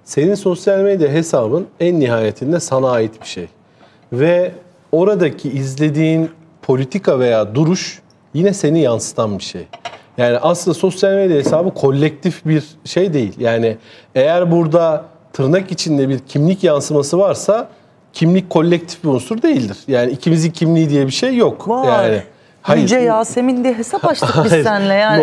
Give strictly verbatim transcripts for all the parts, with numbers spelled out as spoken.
senin sosyal medya hesabın en nihayetinde sana ait bir şey. Ve oradaki izlediğin politika veya duruş yine seni yansıtan bir şey. Yani aslında sosyal medya hesabı kolektif bir şey değil. Yani eğer burada tırnak içinde bir kimlik yansıması varsa kimlik kolektif bir unsur değildir. Yani ikimizin kimliği diye bir şey yok. Var. Yani hayır. Yüce Yasemin diye hesap açtık biz seninle yani.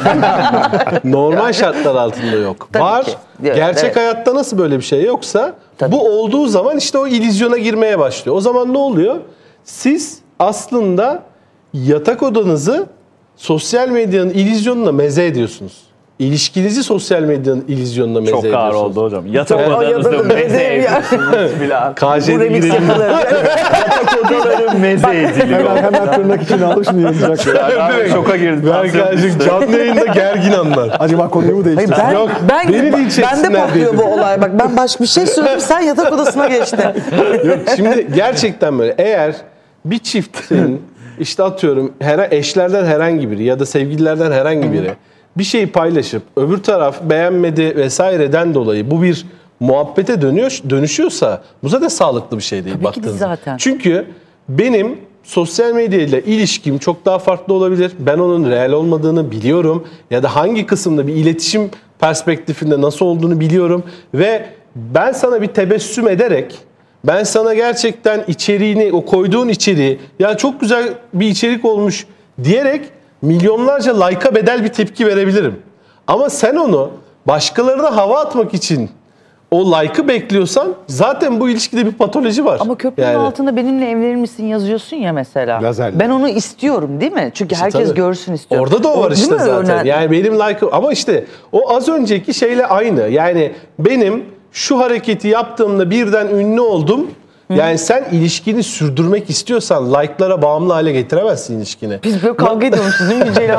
Normal şartlar altında yok. Tabii Var. ki. Gerçek Evet. hayatta nasıl böyle bir şey yoksa Tabii. bu olduğu zaman işte o illüzyona girmeye başlıyor. O zaman ne oluyor? Siz aslında yatak odanızı sosyal medyanın illüzyonuna meze ediyorsunuz. İlişkinizi sosyal medyanın illüzyonuna meze Çok ediyorsunuz. ağır oldu hocam. Yatak Çok ağır odanızı oldu. meze Meze ediyorsunuz filan. K J'de remix girelim. yapılır. Yatak odaları meze ediliyor. Hemen hemen tırnak içine alıp şimdi yazacak. Abi şoka girdim. Berkaycığım canlı yayında gergin anlar. Acaba konuyu mu Hayır, değiştirsin? ben, Yok, ben, beni ben, linç de etsinler patlıyor dedim. bu olay. Bak ben başka bir şey söyledim, sen yatak odasına geçtin. Yok şimdi gerçekten böyle eğer bir çiftin işte atıyorum her, eşlerden herhangi biri ya da sevgililerden herhangi biri bir şeyi paylaşıp öbür taraf beğenmedi vesaireden dolayı bu bir muhabbete dönüyor, dönüşüyorsa bu zaten sağlıklı bir şey değil Tabii ki de baktığınızda. zaten. Çünkü benim sosyal medya ile ilişkim çok daha farklı olabilir. Ben onun real olmadığını biliyorum ya da hangi kısımda bir iletişim perspektifinde nasıl olduğunu biliyorum ve ben sana bir tebessüm ederek ben sana gerçekten içeriğini, o koyduğun içeriği ya çok güzel bir içerik olmuş diyerek milyonlarca like'a bedel bir tepki verebilirim. Ama sen onu başkalarına hava atmak için o like'ı bekliyorsan zaten bu ilişkide bir patoloji var. Ama köprünün Yani. altında benimle evlenir misin yazıyorsun ya mesela. Lazerle. Ben onu istiyorum değil mi? Çünkü İşte herkes tabii. görsün istiyorum. Orada da o var değil işte mi zaten. örnek? Yani benim like'ım ama işte o az önceki şeyle aynı. Yani benim şu hareketi yaptığımda birden ünlü oldum. Yani sen ilişkini sürdürmek istiyorsan like'lara bağımlı hale getiremezsin ilişkini. Biz böyle kavga ediyormuşuz değil mi Yüce'yle?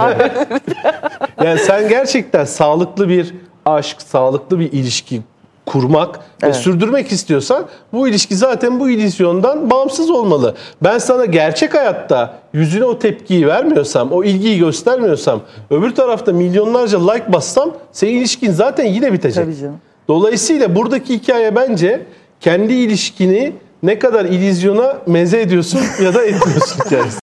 Yani sen gerçekten sağlıklı bir aşk, sağlıklı bir ilişki kurmak Evet. ve sürdürmek istiyorsan bu ilişki zaten bu illüzyondan bağımsız olmalı. Ben sana gerçek hayatta yüzüne o tepkiyi vermiyorsam, o ilgiyi göstermiyorsam, öbür tarafta milyonlarca like bassam senin ilişkin zaten yine bitecek. Tabii canım. Dolayısıyla buradaki hikaye bence kendi ilişkini ne kadar illüzyona meze ediyorsun ya da etmiyorsun hikayesi.